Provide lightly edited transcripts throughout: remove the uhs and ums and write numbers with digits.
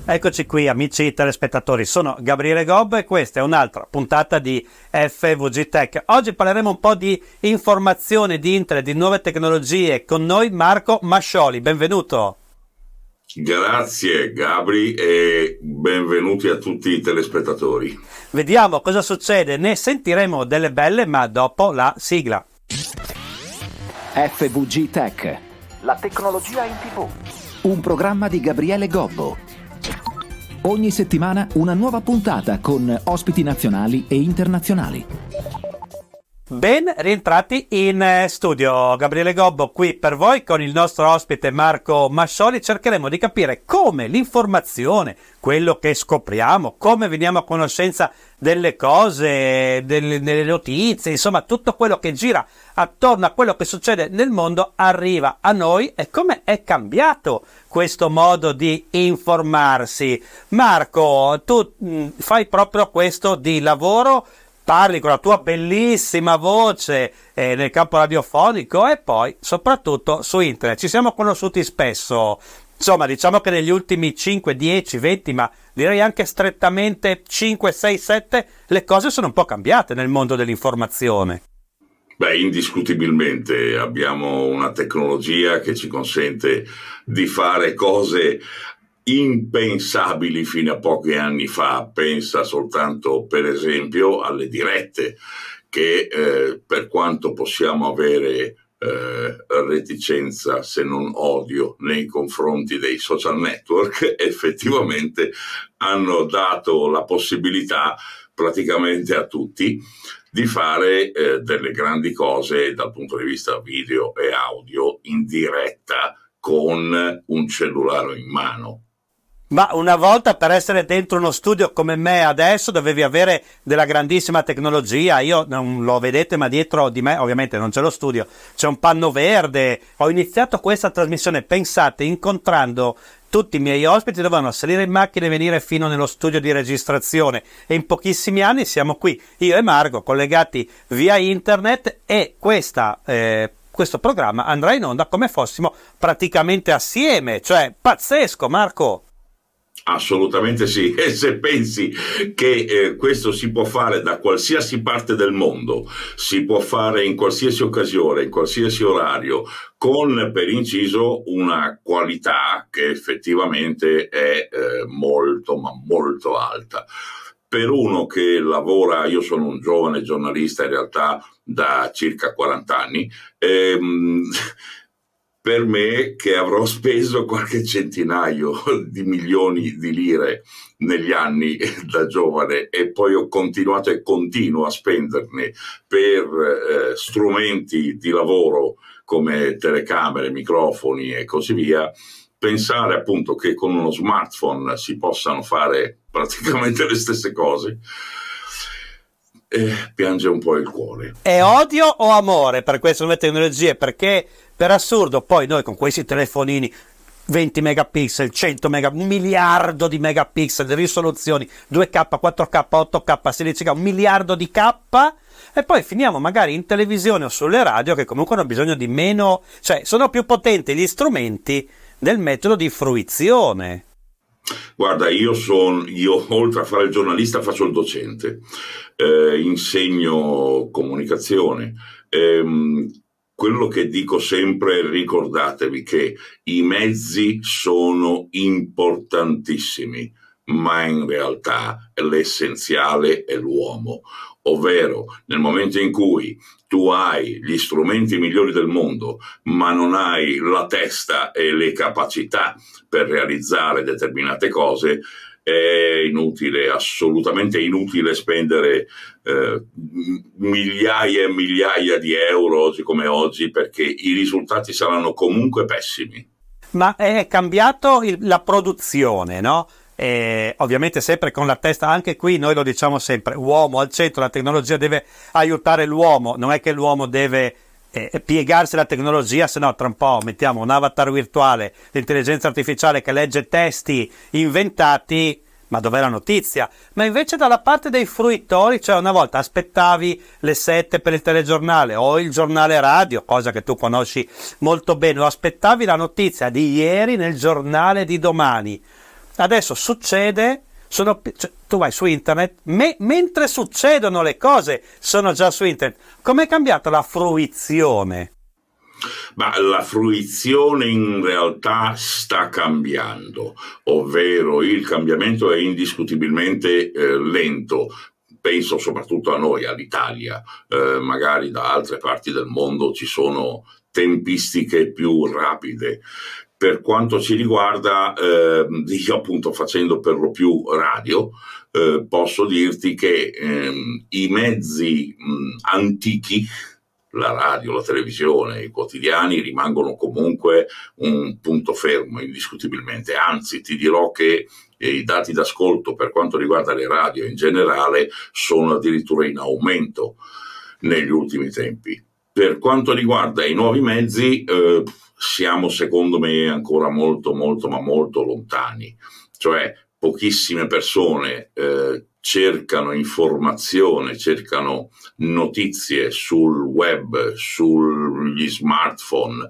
Eccoci qui amici telespettatori, sono Gabriele Gobbo e questa è un'altra puntata di FVG Tech. Oggi parleremo un po' di informazione, di internet, di nuove tecnologie. Con noi Marco Mascioli, benvenuto. Grazie Gabri e benvenuti a tutti i telespettatori. Vediamo cosa succede, ne sentiremo delle belle ma dopo la sigla. FVG Tech, la tecnologia in TV. un programma di Gabriele Gobbo. Ogni settimana una nuova puntata con ospiti nazionali e internazionali. Ben rientrati in studio, Gabriele Gobbo qui per voi con il nostro ospite Marco Mascioli. Cercheremo di capire come l'informazione, quello che scopriamo, come veniamo a conoscenza delle cose, delle notizie, insomma tutto quello che gira attorno a quello che succede nel mondo arriva a noi e come è cambiato questo modo di informarsi. Marco, tu fai proprio questo di lavoro, parli con la tua bellissima voce nel campo radiofonico e poi soprattutto su internet. Ci siamo conosciuti spesso, insomma diciamo che negli ultimi 5, 10, 20, ma direi anche strettamente 5, 6, 7, le cose sono un po' cambiate nel mondo dell'informazione. Beh, indiscutibilmente abbiamo una tecnologia che ci consente di fare cose impensabili fino a pochi anni fa. Pensa soltanto per esempio alle dirette che per quanto possiamo avere reticenza se non odio nei confronti dei social network, effettivamente hanno dato la possibilità praticamente a tutti di fare delle grandi cose dal punto di vista video e audio in diretta con un cellulare in mano. Ma una volta per essere dentro uno studio come me adesso dovevi avere della grandissima tecnologia. Io non lo vedete, ma dietro di me ovviamente non c'è lo studio, c'è un panno verde. Ho iniziato questa trasmissione, pensate, incontrando tutti i miei ospiti, dovevano salire in macchina e venire fino nello studio di registrazione e in pochissimi anni siamo qui, io e Marco, collegati via internet e questo programma andrà in onda come fossimo praticamente assieme, cioè pazzesco, Marco. Assolutamente sì, e se pensi che questo si può fare da qualsiasi parte del mondo, si può fare in qualsiasi occasione, in qualsiasi orario, con per inciso una qualità che effettivamente è molto ma molto alta. Per uno che lavora, io sono un giovane giornalista in realtà da circa 40 anni, per me che avrò speso qualche centinaio di milioni di lire negli anni da giovane e poi ho continuato e continuo a spenderne per strumenti di lavoro come telecamere, microfoni e così via, pensare appunto che con uno smartphone si possano fare praticamente le stesse cose, piange un po' il cuore. È odio o amore per queste nuove tecnologie? Perché per assurdo poi noi con questi telefonini 20 megapixel, 100 megapixel, 1 miliardo di megapixel, di risoluzioni, 2K, 4K, 8K, 16K, 1 miliardo di K, e poi finiamo magari in televisione o sulle radio che comunque hanno bisogno di meno, cioè sono più potenti gli strumenti del metodo di fruizione. Guarda, io oltre a fare il giornalista faccio il docente, insegno comunicazione. Quello che dico sempre, ricordatevi che i mezzi sono importantissimi, ma in realtà l'essenziale è l'uomo, ovvero nel momento in cui tu hai gli strumenti migliori del mondo, ma non hai la testa e le capacità per realizzare determinate cose, è inutile, assolutamente inutile spendere migliaia e migliaia di euro oggi come oggi, perché i risultati saranno comunque pessimi. Ma è cambiato la produzione, no? Ovviamente sempre con la testa, anche qui noi lo diciamo sempre, uomo al centro, la tecnologia deve aiutare l'uomo, non è che l'uomo deve piegarsi alla tecnologia, se no tra un po' mettiamo un avatar virtuale, l'intelligenza artificiale che legge testi inventati, ma dov'è la notizia? Ma invece dalla parte dei fruitori, cioè una volta aspettavi le 7 per il telegiornale o il giornale radio, cosa che tu conosci molto bene, o aspettavi la notizia di ieri nel giornale di domani. adesso succede, cioè, tu vai su internet, mentre succedono le cose sono già su internet. Com'è cambiata la fruizione? Ma la fruizione in realtà sta cambiando, ovvero il cambiamento è indiscutibilmente lento. Penso soprattutto a noi, all'Italia, magari da altre parti del mondo ci sono tempistiche più rapide. Per quanto ci riguarda, io appunto facendo per lo più radio, posso dirti che i mezzi antichi, la radio, la televisione, i quotidiani rimangono comunque un punto fermo indiscutibilmente, anzi ti dirò che i dati d'ascolto per quanto riguarda le radio in generale sono addirittura in aumento negli ultimi tempi. Per quanto riguarda i nuovi mezzi siamo secondo me ancora molto lontani, cioè pochissime persone cercano informazione, cercano notizie sul web, sugli smartphone,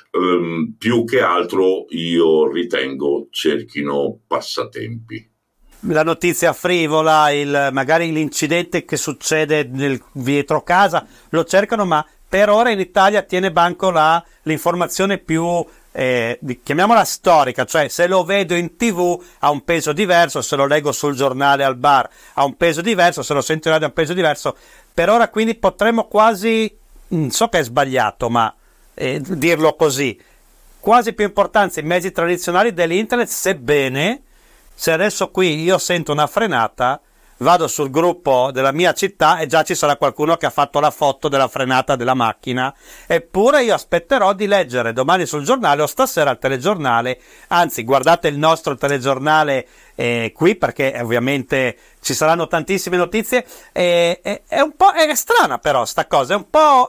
più che altro io ritengo cerchino passatempi. La notizia frivola, magari l'incidente che succede nel dietro casa, lo cercano, ma per ora in Italia tiene banco l'informazione più chiamiamola storica, cioè se lo vedo in TV ha un peso diverso, se lo leggo sul giornale al bar ha un peso diverso, se lo sento in radio ha un peso diverso. Per ora quindi potremmo quasi, so che è sbagliato, ma dirlo così, quasi più importanza ai mezzi tradizionali dell'internet, sebbene se adesso qui io sento una frenata, vado sul gruppo della mia città e già ci sarà qualcuno che ha fatto la foto della frenata della macchina, eppure io aspetterò di leggere domani sul giornale o stasera al telegiornale, anzi guardate il nostro telegiornale qui perché ovviamente ci saranno tantissime notizie, è un po' è strana però sta cosa, è un po'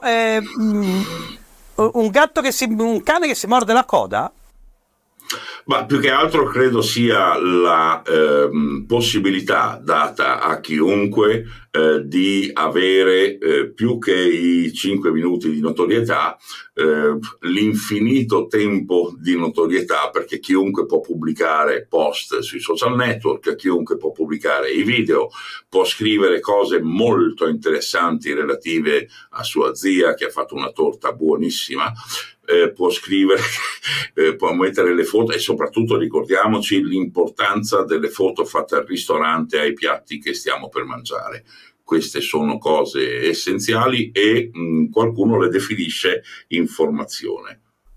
un cane che si morde la coda. Ma più che altro credo sia la possibilità data a chiunque di avere più che i 5 minuti di notorietà, l'infinito tempo di notorietà, perché chiunque può pubblicare post sui social network, chiunque può pubblicare i video, può scrivere cose molto interessanti relative a sua zia che ha fatto una torta buonissima, può scrivere, può mettere le foto e soprattutto ricordiamoci l'importanza delle foto fatte al ristorante ai piatti che stiamo per mangiare. Queste sono cose essenziali e qualcuno le definisce informazione.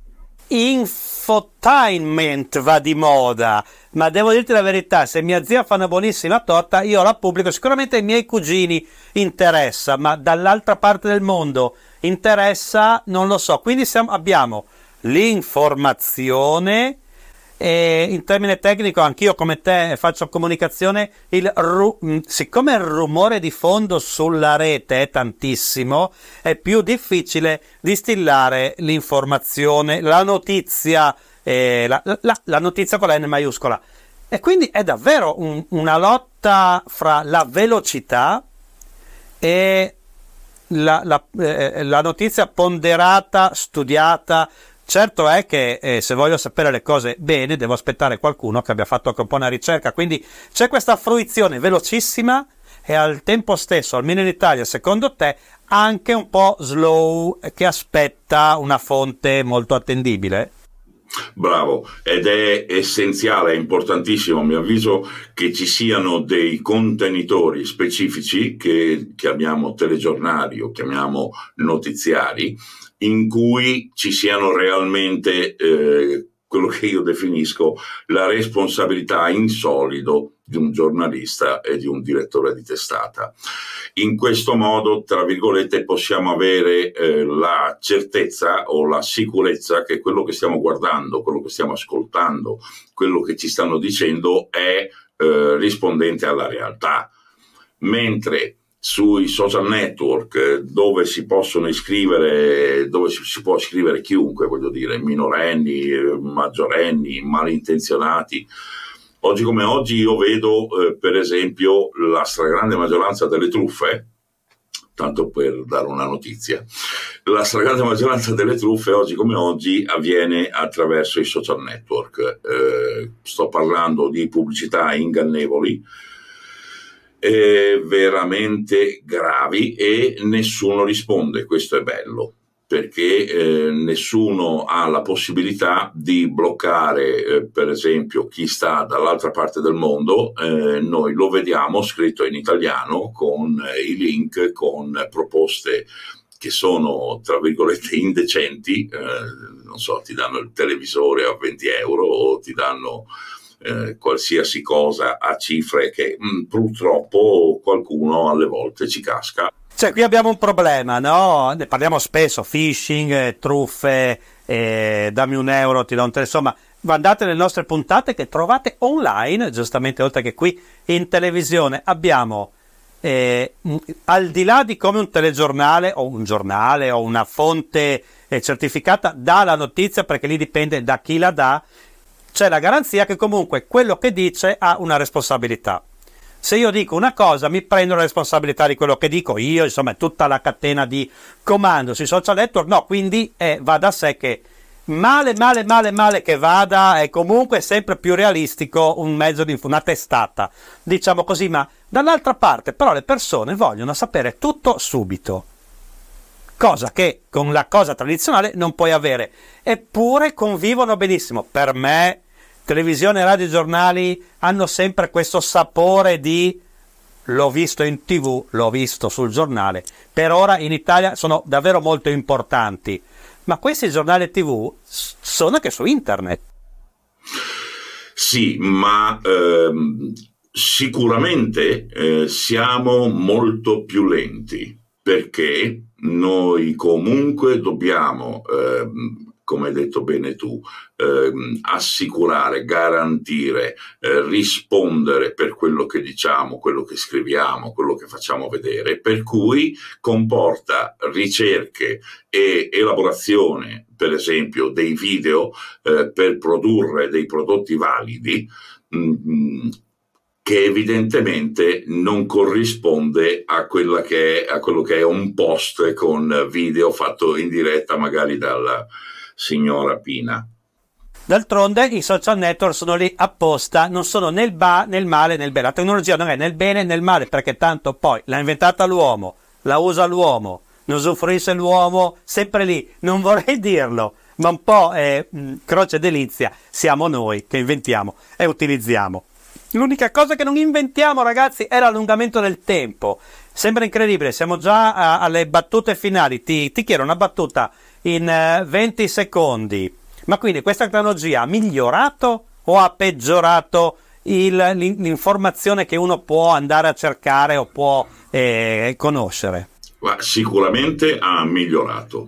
Infotainment va di moda, ma devo dirti la verità, se mia zia fa una buonissima torta io la pubblico, sicuramente ai miei cugini interessa, ma dall'altra parte del mondo interessa, non lo so, quindi abbiamo l'informazione e in termine tecnico anch'io come te faccio comunicazione, siccome il rumore di fondo sulla rete è tantissimo, è più difficile distillare l'informazione, la notizia, la notizia con la N maiuscola, e quindi è davvero una lotta fra la velocità e la notizia ponderata, studiata. Certo è che se voglio sapere le cose bene devo aspettare qualcuno che abbia fatto anche un po' una ricerca, quindi c'è questa fruizione velocissima e al tempo stesso, almeno in Italia, secondo te, anche un po' slow, che aspetta una fonte molto attendibile? Bravo, ed è essenziale, è importantissimo a mio avviso che ci siano dei contenitori specifici che chiamiamo telegiornali o chiamiamo notiziari, in cui ci siano realmente quello che io definisco la responsabilità in solido di un giornalista e di un direttore di testata. In questo modo, tra virgolette, possiamo avere la certezza o la sicurezza che quello che stiamo guardando, quello che stiamo ascoltando, quello che ci stanno dicendo è rispondente alla realtà. Mentre sui social network dove si possono iscrivere, dove si può iscrivere chiunque, voglio dire, minorenni, maggiorenni, malintenzionati. Oggi come oggi io vedo per esempio la stragrande maggioranza delle truffe tanto per dare una notizia. La stragrande maggioranza delle truffe, oggi come oggi, avviene attraverso i social network. Sto parlando di pubblicità ingannevoli, veramente gravi, e nessuno risponde. Questo è bello, perché nessuno ha la possibilità di bloccare, per esempio, chi sta dall'altra parte del mondo. Noi lo vediamo scritto in italiano, con i link, con proposte che sono, tra virgolette, indecenti. Non so, ti danno il televisore a 20 euro o ti danno qualsiasi cosa a cifre che purtroppo qualcuno alle volte ci casca. Cioè, qui abbiamo un problema, no? Ne parliamo spesso, phishing, truffe, dammi un euro, ti do un insomma, andate nelle nostre puntate che trovate online, giustamente, oltre che qui in televisione. Abbiamo, al di là di come un telegiornale o un giornale o una fonte certificata dà la notizia, perché lì dipende da chi la dà, c'è la garanzia che comunque quello che dice ha una responsabilità. Se io dico una cosa, mi prendo la responsabilità di quello che dico io, insomma, è tutta la catena di comando sui social network. No, quindi va da sé che male che vada, è comunque sempre più realistico un mezzo di una testata, diciamo così. Ma dall'altra parte però le persone vogliono sapere tutto subito, cosa che con la cosa tradizionale non puoi avere, eppure convivono benissimo. Per me televisione, radio e giornali hanno sempre questo sapore di l'ho visto in TV, l'ho visto sul giornale. Per ora in Italia sono davvero molto importanti, ma questi giornali TV sono anche su internet. Sì, ma sicuramente siamo molto più lenti, perché noi comunque dobbiamo, come hai detto bene tu, assicurare, garantire, rispondere per quello che diciamo, quello che scriviamo, quello che facciamo vedere, per cui comporta ricerche e elaborazione, per esempio, dei video per produrre dei prodotti validi, che evidentemente non corrisponde a quello che è un post con video fatto in diretta magari dalla signora Pina. D'altronde i social network sono lì apposta, non sono nel male nel bene. La tecnologia non è nel bene né nel male, perché tanto poi l'ha inventata l'uomo, la usa l'uomo, ne usufruisce l'uomo, sempre lì. Non vorrei dirlo, ma un po' croce delizia siamo noi che inventiamo e utilizziamo. L'unica cosa che non inventiamo, ragazzi, è l'allungamento del tempo. Sembra incredibile, siamo già alle battute finali. Ti chiedo una battuta in 20 secondi. Ma quindi questa tecnologia ha migliorato o ha peggiorato l'informazione che uno può andare a cercare o può conoscere? Ma sicuramente ha migliorato.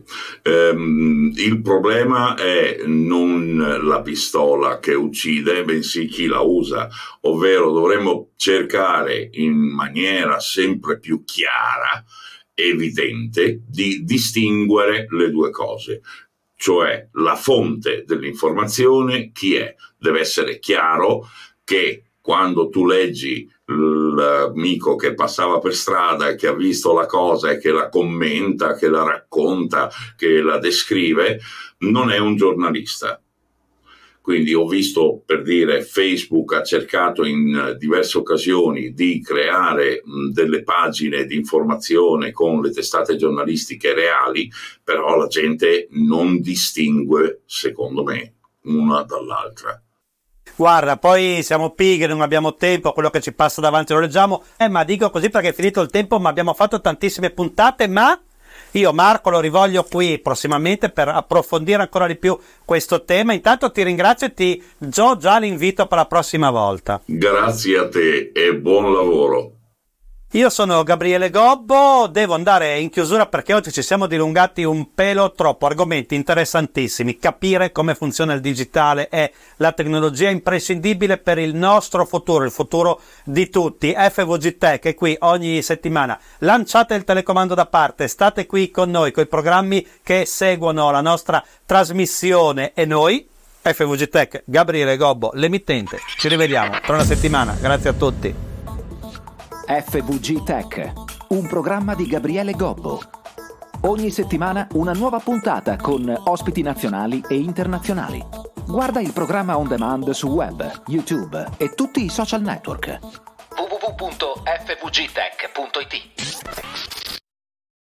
Il problema è non la pistola che uccide, bensì chi la usa, ovvero dovremmo cercare in maniera sempre più chiara, evidente, di distinguere le due cose. Cioè la fonte dell'informazione chi è? Deve essere chiaro che quando tu leggi l'amico che passava per strada e che ha visto la cosa e che la commenta, che la racconta, che la descrive, non è un giornalista. Quindi ho visto, per dire, Facebook ha cercato in diverse occasioni di creare delle pagine di informazione con le testate giornalistiche reali, però la gente non distingue, secondo me, una dall'altra. Guarda, poi siamo pigri, non abbiamo tempo, quello che ci passa davanti lo leggiamo, ma dico così perché è finito il tempo, ma abbiamo fatto tantissime puntate, ma io Marco lo rivoglio qui prossimamente per approfondire ancora di più questo tema. Intanto ti ringrazio e ti do già l'invito per la prossima volta. Grazie a te e buon lavoro. Io sono Gabriele Gobbo, devo andare in chiusura perché oggi ci siamo dilungati un pelo troppo, argomenti interessantissimi, capire come funziona il digitale è la tecnologia imprescindibile per il nostro futuro, il futuro di tutti. FVG Tech è qui ogni settimana, lanciate il telecomando da parte, state qui con noi, con i programmi che seguono la nostra trasmissione e noi, FVG Tech, Gabriele Gobbo, l'emittente, ci rivediamo tra una settimana, grazie a tutti. FVG Tech, un programma di Gabriele Gobbo. Ogni settimana una nuova puntata con ospiti nazionali e internazionali. Guarda il programma on demand su web, YouTube e tutti i social network. www.fvgtech.it